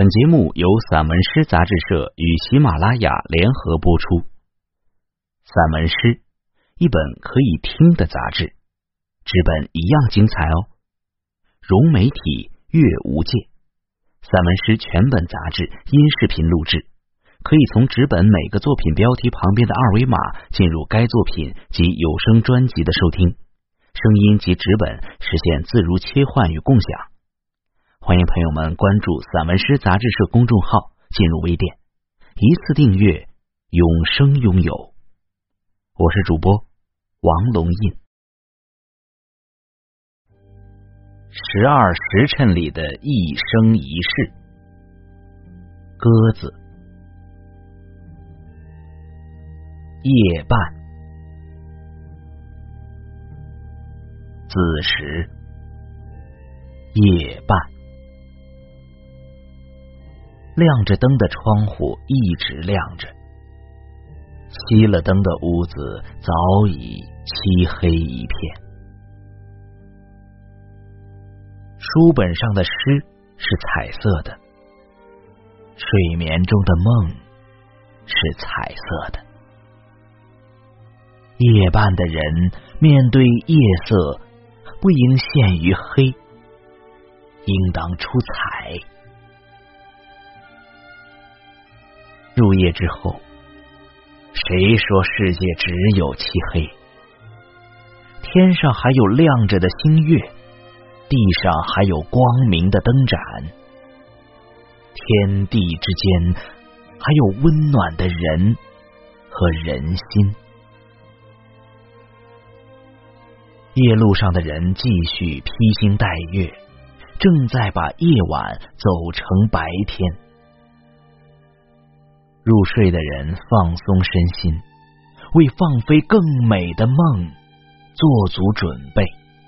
本节目由散文诗杂志社与喜马拉雅联合播出。散文诗，一本可以听的杂志，纸本一样精彩哦。融媒体，阅无界。散文诗全本杂志音视频录制，可以从纸本每个作品标题旁边的二维码进入该作品及有声专辑的收听，声音及纸本实现自如切换与共享。欢迎朋友们关注散文诗杂志社公众号，进入微店，一次订阅，永生拥有。我是主播王龙印。12时辰里的一生一世。鸽子。夜半。子时。夜半。亮着灯的窗户一直亮着，熄了灯的屋子早已漆黑一片。书本上的诗是彩色的，睡眠中的梦是彩色的。夜半的人面对夜色，不应陷于黑，应当出彩。入夜之后，谁说世界只有漆黑？天上还有亮着的星月，地上还有光明的灯盏，天地之间还有温暖的人和人心。夜路上的人继续披星戴月，正在把夜晚走成白天。入睡的人放松身心，为放飞更美的梦做足准备。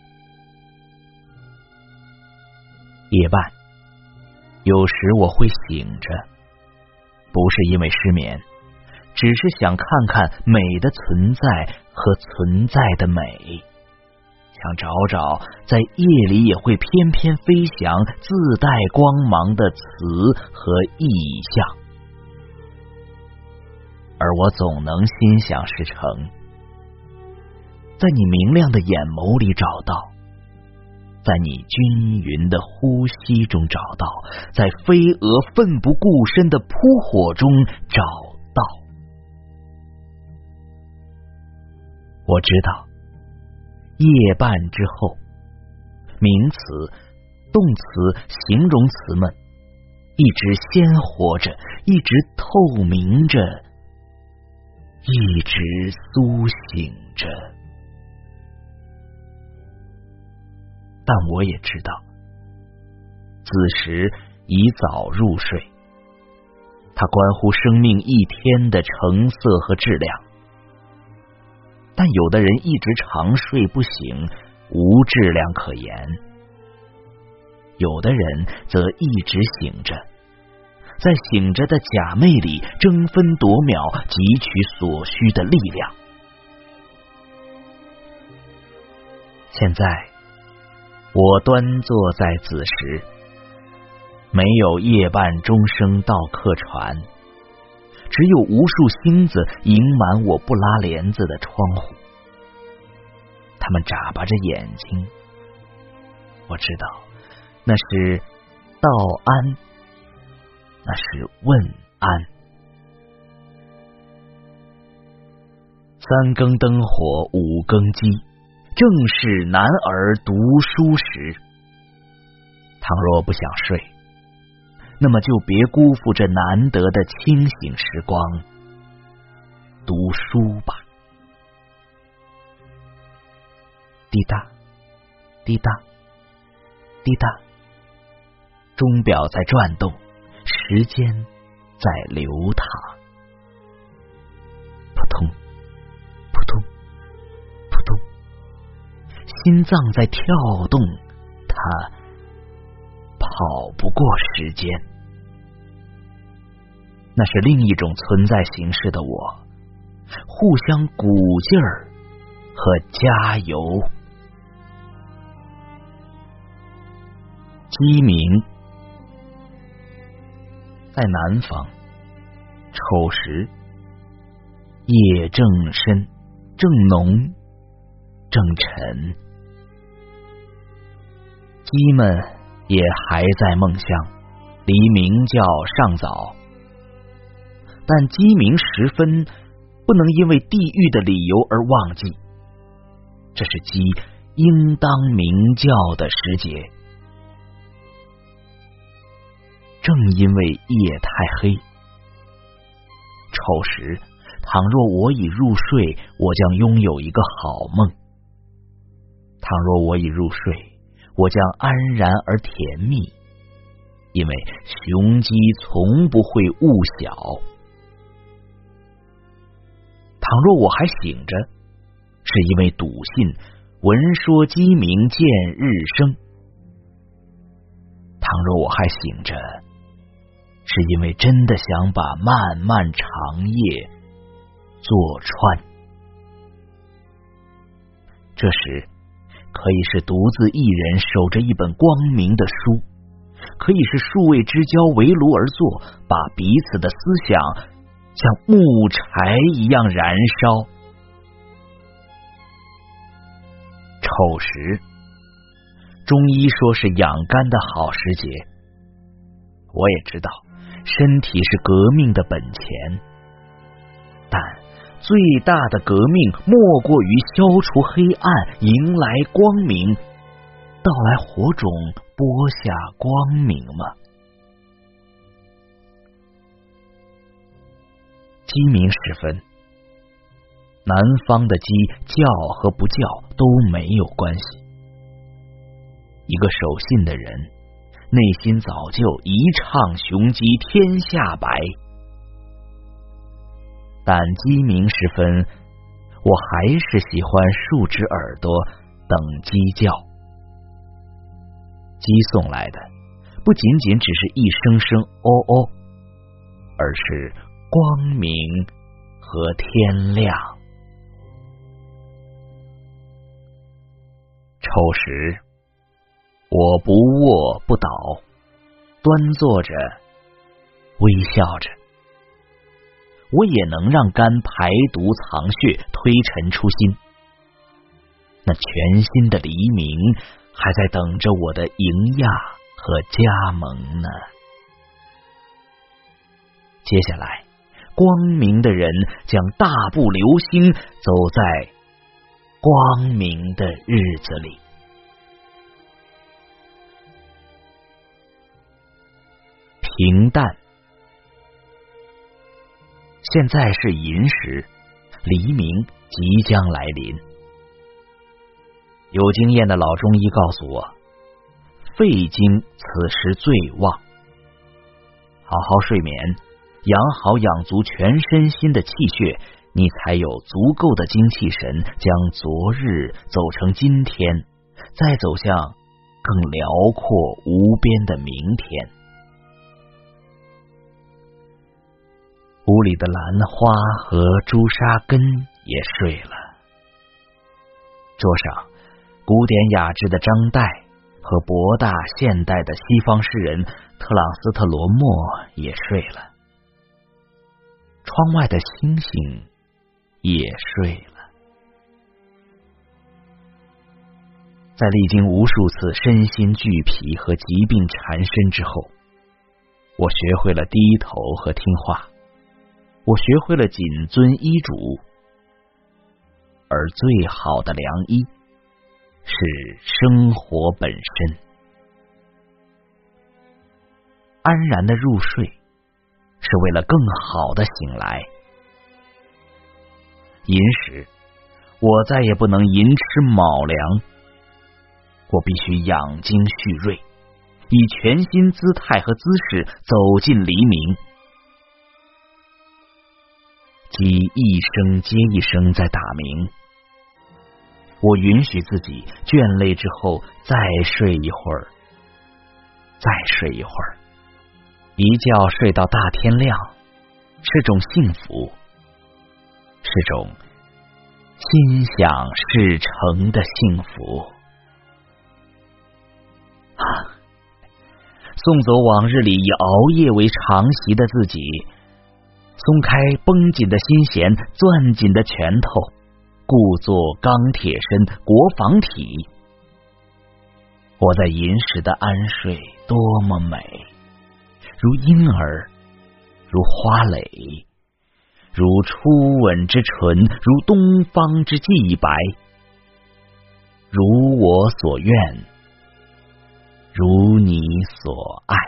夜半，有时我会醒着，不是因为失眠，只是想看看美的存在和存在的美，想找找在夜里也会翩翩飞翔、自带光芒的词和意象。而我总能心想事成，在你明亮的眼眸里找到，在你均匀的呼吸中找到，在飞蛾奋不顾身的扑火中找到。我知道夜半之后，名词、动词、形容词们一直鲜活着，一直透明着，一直苏醒着。但我也知道，子时已早入睡，它关乎生命一天的成色和质量。但有的人一直长睡不醒，无质量可言；有的人则一直醒着，在醒着的假寐里争分夺秒汲取所需的力量。现在我端坐在子时，没有夜半钟声到客船，只有无数星子盈满我不拉帘子的窗户。他们眨巴着眼睛，我知道那是道安，那是问安。3更灯火5更鸡，正是男儿读书时。倘若不想睡，那么就别辜负这难得的清醒时光，读书吧。滴答滴答滴答，钟表在转动，时间在流淌。扑通扑通扑通，心脏在跳动，它跑不过时间。那是另一种存在形式的我，互相鼓劲儿和加油。鸡鸣。 在南方，丑时，夜正深，正浓，正沉。鸡们也还在梦乡，离鸣叫尚早。但鸡鸣时分，不能因为地狱的理由而忘记，这是鸡应当鸣叫的时节。正因为夜太黑，丑时，倘若我已入睡，我将拥有一个好梦；倘若我已入睡，我将安然而甜蜜，因为雄鸡从不会误晓。倘若我还醒着，是因为笃信闻说鸡鸣见日升；倘若我还醒着，是因为真的想把漫漫长夜坐穿。这时可以是独自一人守着一本光明的书，可以是数位之交围炉而坐，把彼此的思想像木柴一样燃烧。丑时，中医说是养肝的好时节，我也知道身体是革命的本钱，但最大的革命莫过于消除黑暗，迎来光明，到来火种，播下光明吗？鸡鸣时分，南方的鸡叫和不叫都没有关系。一个守信的人，内心早就一唱雄鸡天下白。但鸡鸣时分，我还是喜欢竖直耳朵等鸡叫。鸡送来的不仅仅只是一声声哦哦，而是光明和天亮。丑时，我不卧不倒，端坐着，微笑着。我也能让肝排毒藏血，推陈出新。那全新的黎明还在等着我的迎亚和加盟呢。接下来，光明的人将大步流星走在光明的日子里。平淡。现在是寅时，黎明即将来临。有经验的老中医告诉我，肺经此时最旺。好好睡眠，养好养足全身心的气血，你才有足够的精气神，将昨日走成今天，再走向更辽阔无边的明天。屋里的兰花和朱砂根也睡了，桌上古典雅致的张岱和博大现代的西方诗人特朗斯特罗默也睡了，窗外的星星也睡了。在历经无数次身心俱疲和疾病缠身之后，我学会了低头和听话，我学会了谨遵医嘱，而最好的良医是生活本身。安然的入睡，是为了更好的醒来。寅时，我再也不能寅吃卯粮，我必须养精蓄锐，以全新姿态和姿势走进黎明。鸡一声接一声在打鸣，我允许自己倦累之后再睡一会儿，再睡一会儿，一觉睡到大天亮，是种幸福，是种心想事成的幸福。 送走往日里以熬夜为常习的自己，松开绷紧的心弦，攥紧的拳头，故作钢铁身，国防体。我在银时的安睡多么美，如婴儿，如花蕾，如初吻之唇，如东方之既白，如我所愿，如你所爱。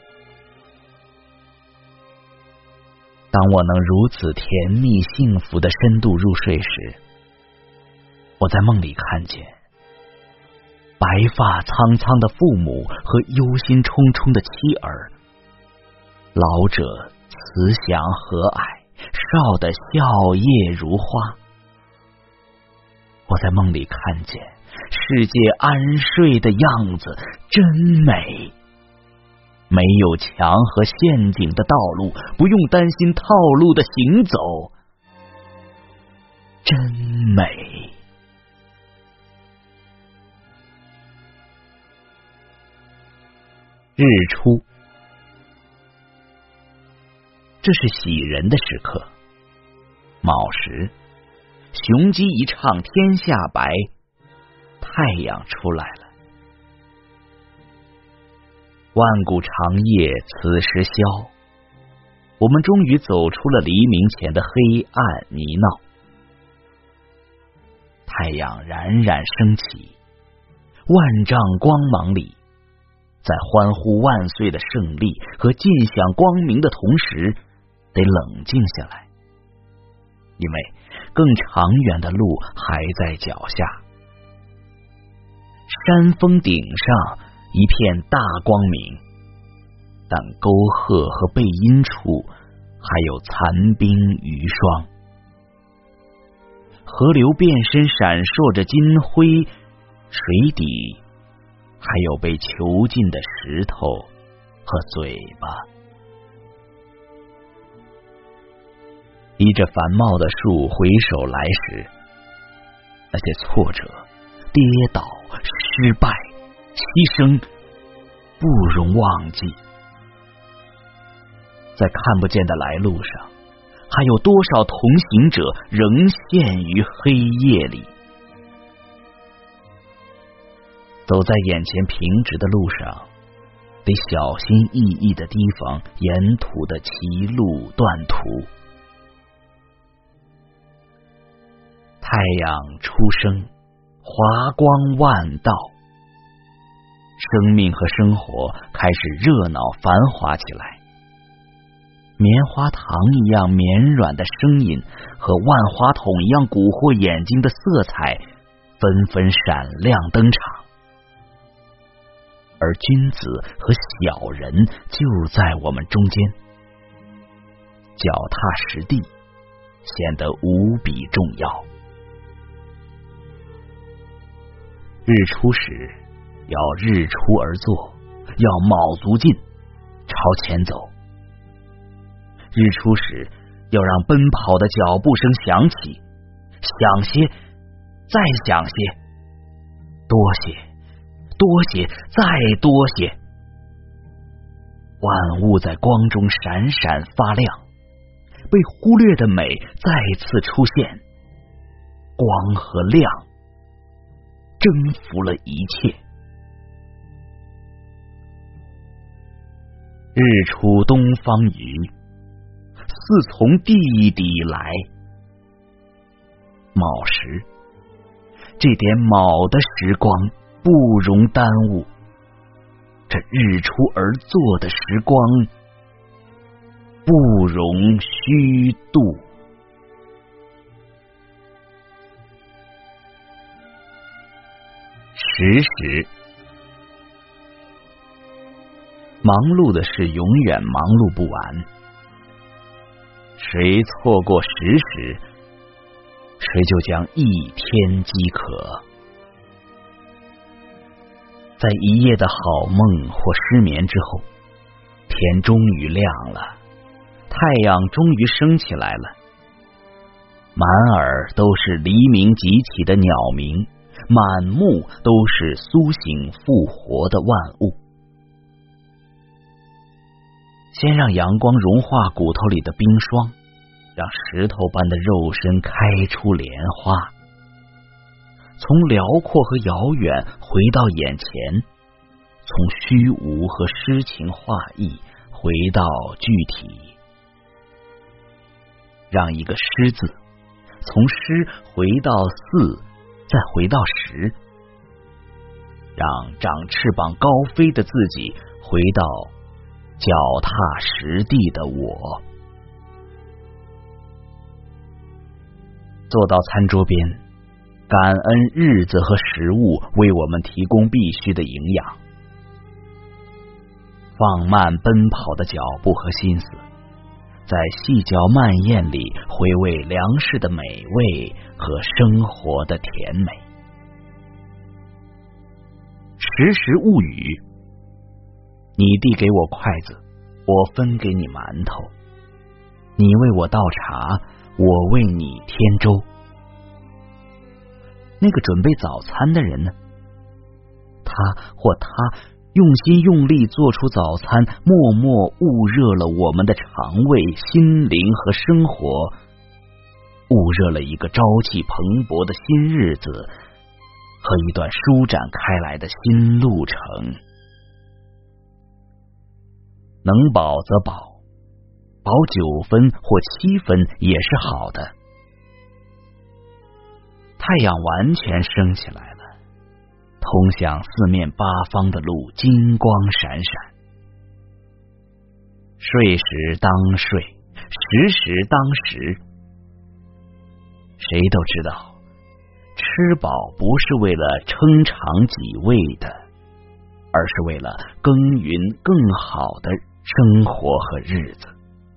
当我能如此甜蜜幸福的深度入睡时，我在梦里看见白发苍苍的父母和忧心忡忡的妻儿，老者慈祥和蔼，少的笑靥如花。我在梦里看见世界安睡的样子，真美。没有墙和陷阱的道路，不用担心套路的行走，真美。日出，这是喜人的时刻。卯时，雄鸡一唱天下白，太阳出来了。万古长夜此时消，我们终于走出了黎明前的黑暗泥淖。太阳冉冉升起，万丈光芒里，在欢呼万岁的胜利和尽享光明的同时，得冷静下来，因为更长远的路还在脚下。山峰顶上一片大光明，但沟壑和背阴处还有残冰余霜。河流变身闪烁着金辉，水底还有被囚禁的石头和嘴巴。依着繁茂的树回首来时，那些挫折、跌倒、失败、牺牲不容忘记。在看不见的来路上，还有多少同行者仍陷于黑夜里？走在眼前平直的路上，得小心翼翼的提防沿途的歧路断途。太阳初升，华光万道，生命和生活开始热闹繁华起来。棉花糖一样绵软的声音和万花筒一样蛊惑眼睛的色彩纷纷闪亮登场，而君子和小人就在我们中间，脚踏实地显得无比重要。日出时要日出而作，要卯足劲朝前走。日出时要让奔跑的脚步声响起，响些，再响些，多些，多些，再多些。万物在光中闪闪发亮，被忽略的美再次出现，光和亮征服了一切。日出东方雨，似从地底来。卯时，这点卯的时光不容耽误，这日出而作的时光不容虚度。时时，忙碌的事永远忙碌不完。谁错过时时，谁就将一天饥渴。在一夜的好梦或失眠之后，天终于亮了，太阳终于升起来了。满耳都是黎明即起的鸟鸣，满目都是苏醒复活的万物。 先让阳光融化骨头里的冰霜，让石头般的肉身开出莲花，从辽阔和遥远回到眼前，从虚无和诗情画意回到具体，让一个诗字从诗回到四，再回到十，让长翅膀高飞的自己回到脚踏实地的我。坐到餐桌边，感恩日子和食物为我们提供必须的营养，放慢奔跑的脚步和心思，在细嚼慢咽里回味粮食的美味和生活的甜美。时时物语，你递给我筷子，我分给你馒头；你为我倒茶，我为你添粥。那个准备早餐的人呢？他或她用心用力做出早餐，默默焐热了我们的肠胃、心灵和生活，焐热了一个朝气蓬勃的新日子和一段舒展开来的新路程。能饱则饱，饱9分或7分也是好的。太阳完全升起来了，通向四面八方的路金光闪闪。睡时当睡，时时当时。谁都知道，吃饱不是为了撑场几味的，而是为了耕耘更好的生活和日子。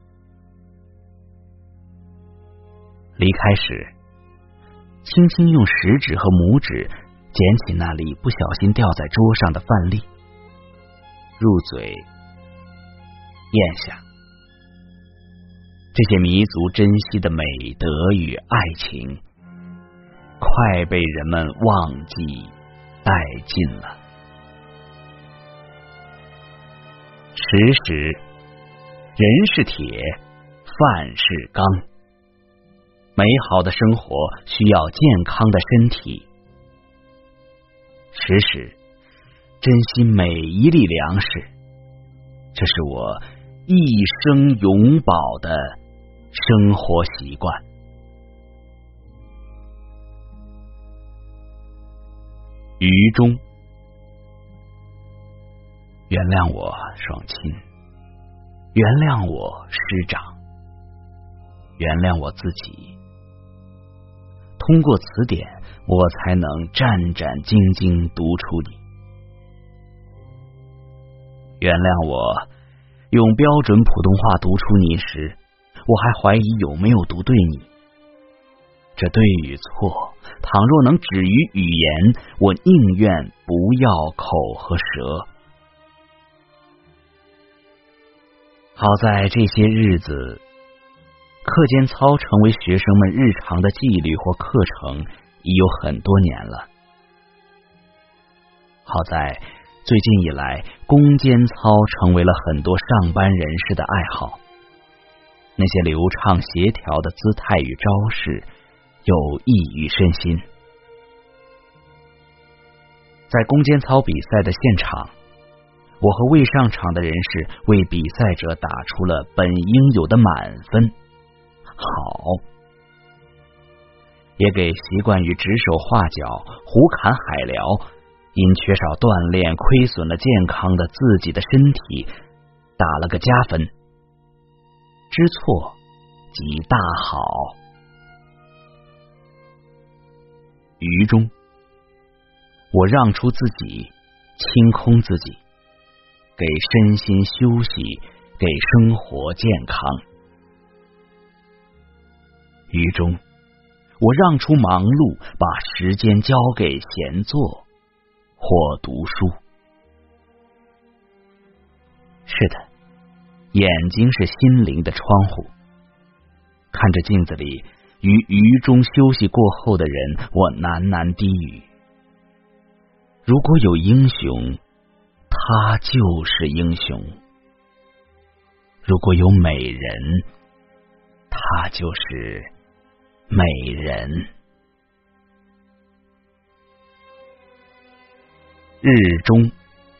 离开时，轻轻用食指和拇指捡起那粒不小心掉在桌上的饭粒，入嘴咽下。这些弥足珍惜的美德与爱情，快被人们忘记殆尽了。时时，人是铁，饭是钢。美好的生活需要健康的身体。时时，珍惜每一粒粮食，这是我一生永葆的生活习惯。于中，原谅我双亲，原谅我师长，原谅我自己。通过词典，我才能战战兢兢读出你。原谅我用标准普通话读出你时，我还怀疑有没有读对你。这对与错，倘若能止于语言，我宁愿不要口和舌。好在这些日子，课间操成为学生们日常的纪律或课程已有很多年了。好在最近以来，攻坚操成为了很多上班人士的爱好。那些流畅协调的姿态与招式有益于身心。在攻坚操比赛的现场，我和未上场的人士为比赛者打出了本应有的满分。好，也给习惯于指手画脚、胡侃海聊，因缺少锻炼亏损了健康的自己的身体打了个加分。知错即大好。于中，我让出自己，清空自己，给身心休息，给生活健康。于中，我让出忙碌，把时间交给闲坐或读书。是的，眼睛是心灵的窗户。看着镜子里于于中休息过后的人，我喃喃低语：如果有英雄，他就是英雄。 如果有美人，她就是美人。日中，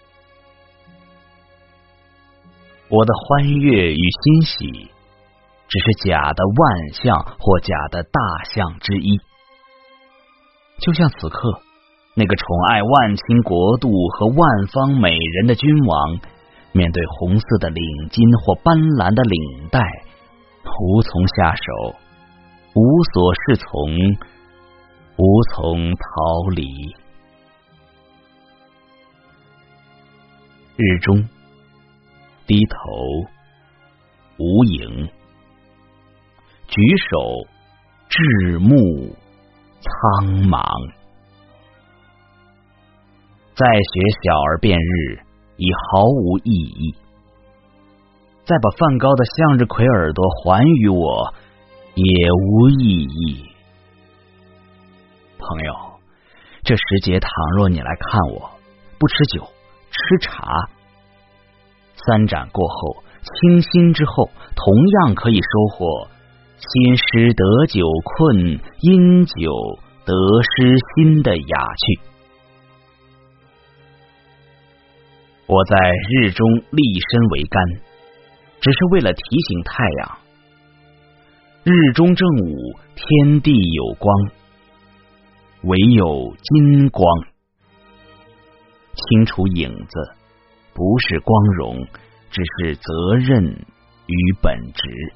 我的欢悦与欣喜，只是假的万象或假的大象之一。就像此刻，那个宠爱万顷国度和万方美人的君王，面对红色的领巾或斑斓的领带，无从下手，无所适从，无从逃离。日中，低头无影，举手至目苍茫。再学小儿辩日已毫无意义，再把梵高的向日葵耳朵还予我也无意义。朋友，这时节倘若你来看我，不吃酒吃茶，3盏过后，清心之后，同样可以收获心失得酒困，因酒得失心的雅趣。我在日中立身为竿，只是为了提醒太阳，日中正午，天地有光，唯有金光。清除影子，不是光荣，只是责任与本质。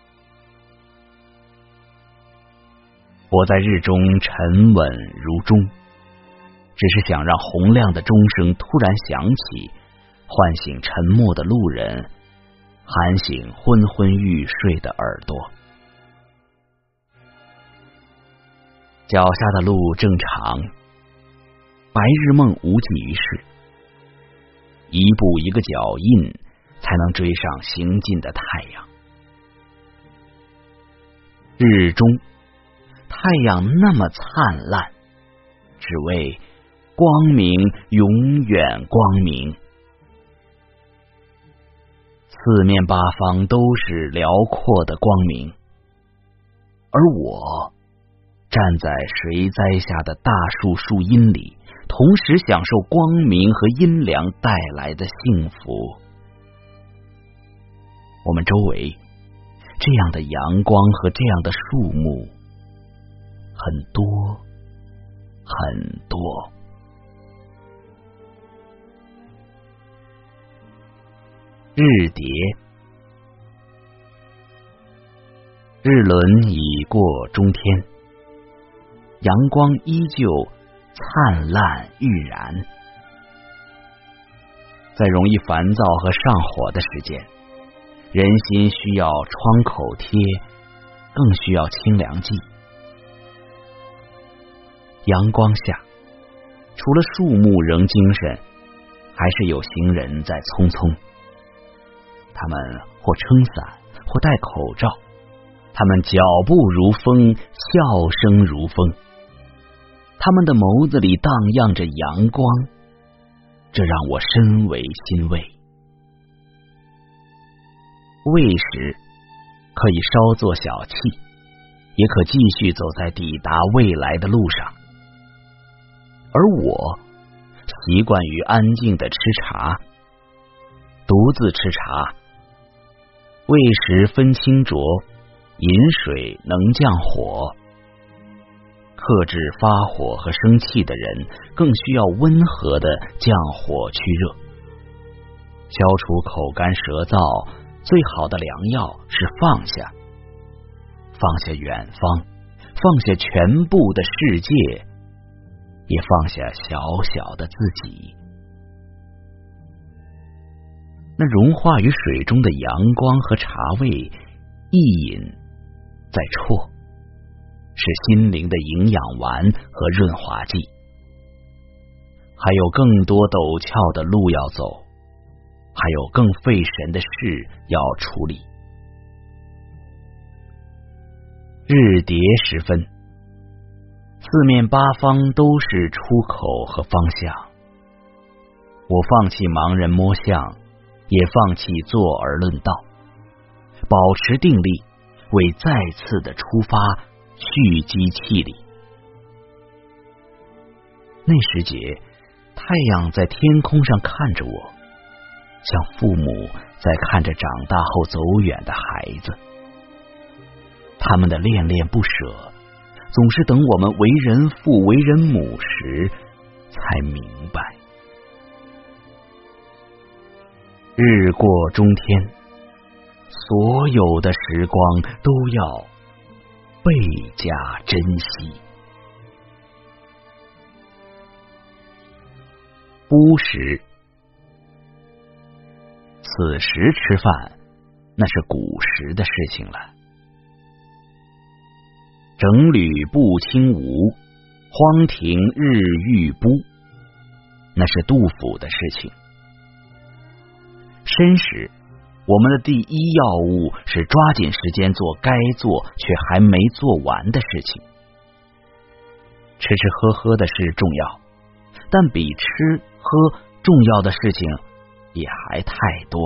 我在日中沉稳如钟，只是想让洪亮的钟声突然响起，唤醒沉默的路人，喊醒昏昏欲睡的耳朵。脚下的路正长，白日梦无济于事，一步一个脚印，才能追上行进的太阳。日中，太阳那么灿烂，只为光明永远光明。四面八方都是辽阔的光明，而我站在谁栽下的大树树荫里，同时享受光明和阴凉带来的幸福。我们周围这样的阳光和这样的树木很多很多。日叠，日轮已过中天，阳光依旧灿烂欲燃。在容易烦躁和上火的时间，人心需要创口贴，更需要清凉剂。阳光下，除了树木仍精神，还是有行人在匆匆。他们或撑伞，或戴口罩，他们脚步如风，笑声如风，他们的眸子里荡漾着阳光，这让我深为欣慰。未时可以稍作小憩，也可继续走在抵达未来的路上。而我习惯于安静的吃茶，独自吃茶，未时分清浊，饮水能降火。克制发火和生气的人，更需要温和的降火驱热。消除口干舌燥，最好的良药是放下。放下远方，放下全部的世界，也放下小小的自己。那融化于水中的阳光和茶味，一饮再啜，是心灵的营养丸和润滑剂。还有更多陡峭的路要走，还有更费神的事要处理。日叠时分，四面八方都是出口和方向。我放弃盲人摸象，也放弃坐而论道。 保持定力，为再次的出发蓄积气力。那时节，太阳在天空上看着我，像父母在看着长大后走远的孩子。他们的恋恋不舍，总是等我们为人父为人母时才明白。日过中天，所有的时光都要倍加珍惜。鄔时，此时吃饭那是古时的事情了。整履不轻吴，荒庭日欲鄔，那是杜甫的事情。申时，我们的第一要务是抓紧时间做该做却还没做完的事情。吃吃喝喝的事重要，但比吃喝重要的事情也还太多。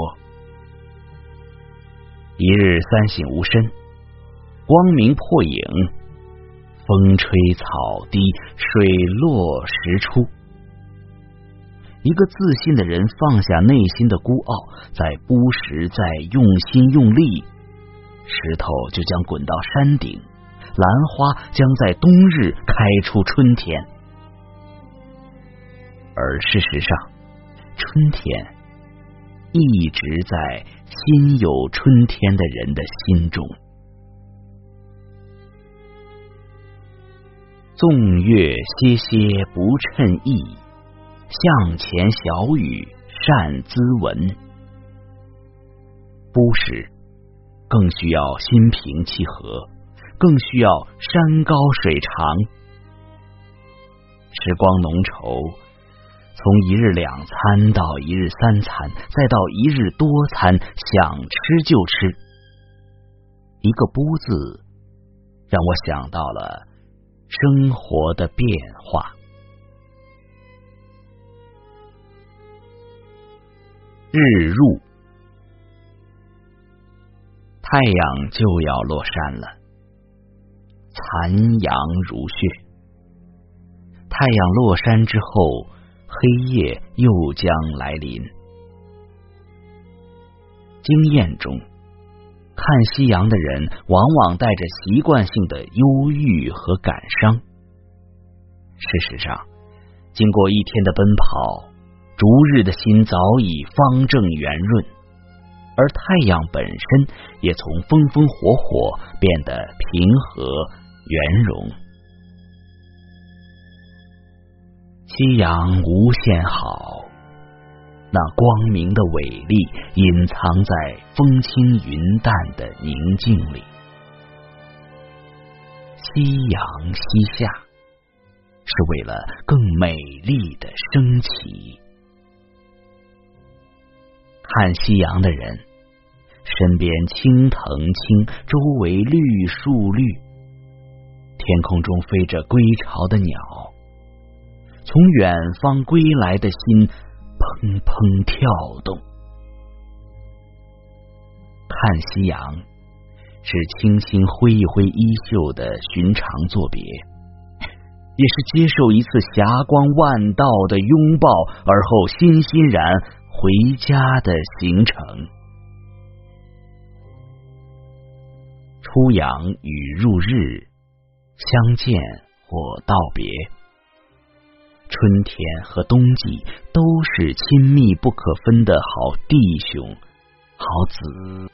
一日三省吾身，光明破影，风吹草低，水落石出。一个自信的人放下内心的孤傲，在鄔时再用心用力，石头就将滚到山顶，兰花将在冬日开出春天。而事实上，春天一直在心有春天的人的心中。纵月歇歇不称意，向前小雨善滋文。鄔时更需要心平气和，更需要山高水长。时光浓稠，从一日两餐到一日三餐，再到一日多餐，想吃就吃。一个鄔字，让我想到了生活的变化。日入，太阳就要落山了，残阳如血。太阳落山之后，黑夜又将来临。经验中，看夕阳的人往往带着习惯性的忧郁和感伤。事实上，经过一天的奔跑，逐日的心早已方正圆润，而太阳本身也从风风火火变得平和圆融。夕阳无限好，那光明的伟力隐藏在风轻云淡的宁静里。夕阳西下，是为了更美丽的升起。看夕阳的人，身边青藤青，周围绿树绿，天空中飞着归巢的鸟，从远方归来的心砰砰跳动。看夕阳，是轻轻挥一挥衣袖的寻常作别，也是接受一次霞光万道的拥抱，而后欣欣然回家的行程。出阳与入日，相见或道别。春天和冬季都是亲密不可分的好弟兄、好姊。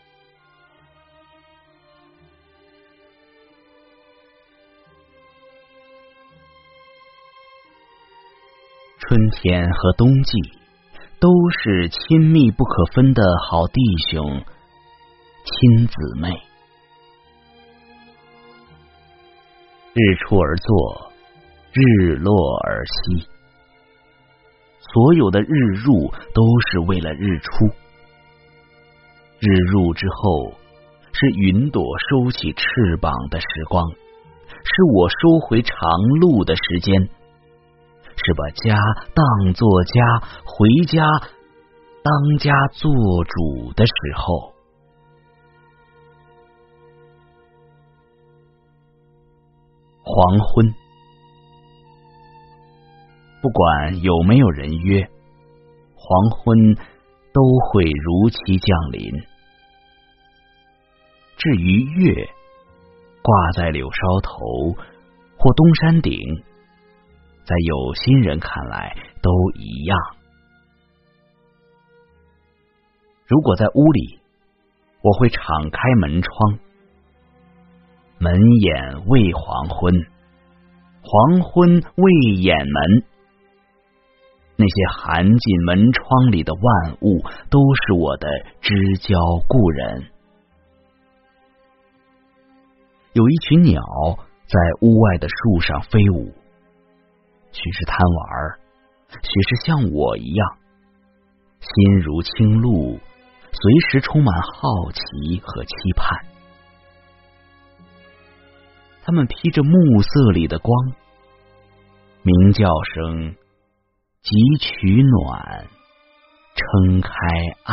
春天和冬季都是亲密不可分的好弟兄、亲姊妹。日出而作，日落而息。所有的日入都是为了日出。日入之后，是云朵收起翅膀的时光，是我收回长路的时间，是把家当作家，回家当家做主的时候。 黄昏，不管有没有人约，黄昏都会如期降临。至于月，挂在柳梢头或东山顶，在有心人看来都一样。如果在屋里，我会敞开门窗，门掩未黄昏，黄昏未掩门。那些含进门窗里的万物，都是我的知交故人。有一群鸟在屋外的树上飞舞，许是贪玩，许是像我一样，心如清露，随时充满好奇和期盼。它们披着暮色里的光，鸣叫声急取暖，撑开暗。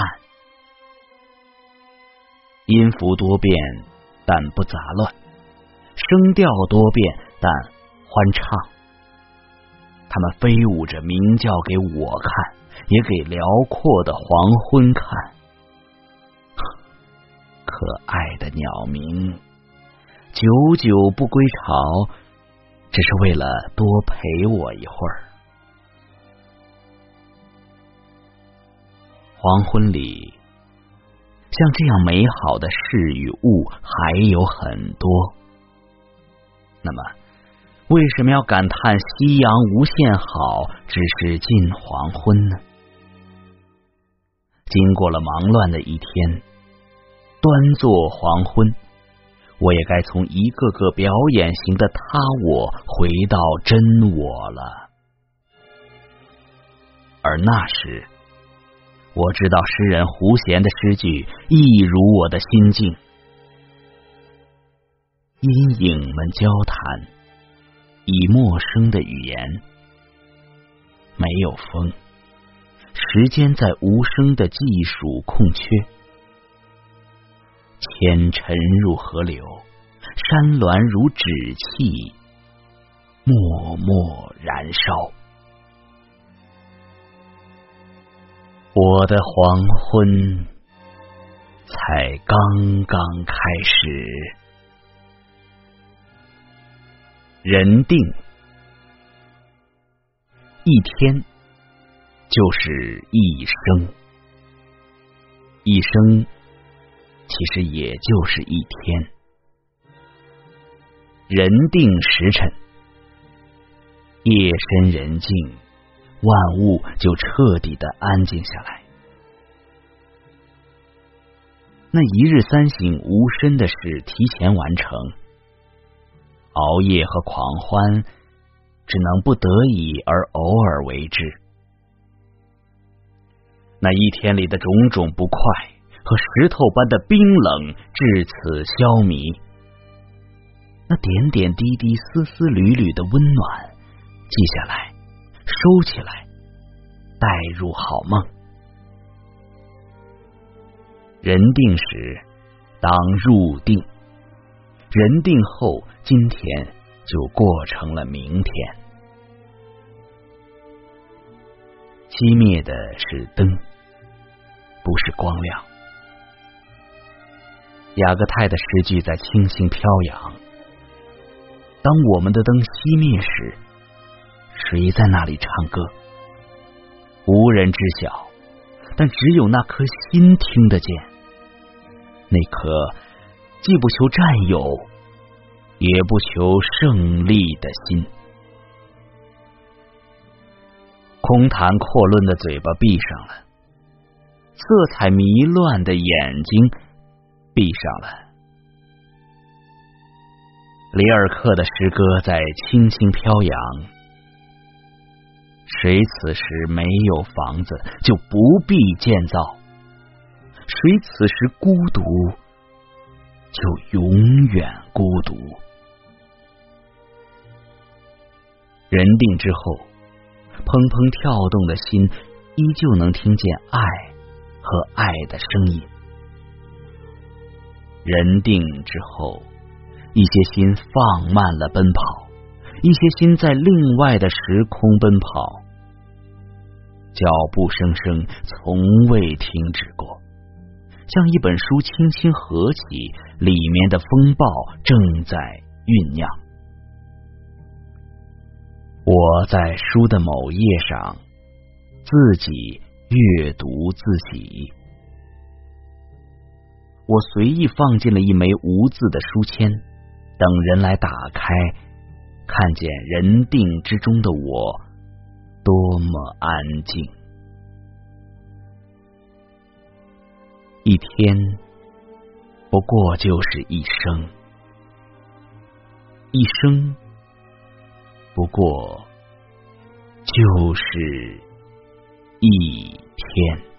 音符多变，但不杂乱；声调多变，但欢畅。它们飞舞着，鸣叫给我看，也给辽阔的黄昏看。可爱的鸟鸣，久久不归巢，只是为了多陪我一会儿。黄昏里，像这样美好的事与物还有很多。那么，为什么要感叹夕阳无限好，只是近黄昏呢？经过了忙乱的一天，端坐黄昏，我也该从一个个表演型的他我回到真我了。而那时，我知道诗人胡弦的诗句一如我的心境。阴影们交谈，以陌生的语言，没有风，时间在无声的计数空缺。铅沉入河流，山峦如纸气，默默燃烧。我的黄昏才刚刚开始。人定，一天就是一生，一生其实也就是一天。人定时辰，夜深人静，万物就彻底的安静下来。那一日三省吾身的事提前完成，熬夜和狂欢只能不得已而偶尔为之。那一天里的种种不快和石头般的冰冷至此消弭，那点点滴滴丝丝缕缕的温暖记下来，收起来，带入好梦。人定时当入定，人定后今天就过成了明天。熄灭的是灯，不是光亮。雅各泰的诗句在轻轻飘扬。当我们的灯熄灭时，谁在那里唱歌？无人知晓，但只有那颗心听得见。那颗既不求占有，也不求胜利的心。空谈阔论的嘴巴闭上了，色彩迷乱的眼睛闭上了。里尔克的诗歌在轻轻飘扬。谁此时没有房子，就不必建造；谁此时孤独，就永远孤独。人定之后，砰砰跳动的心依旧能听见爱和爱的声音。人定之后，一些心放慢了奔跑， 一些心在另外的时空奔跑，脚步声声从未停止过，像一本书轻轻合起，里面的风暴正在酝酿。我在书的某页上自己阅读自己，我随意放进了一枚无字的书签，等人来打开，看见人定之中的我多么安静。一天不过就是一生，一生不过就是一天。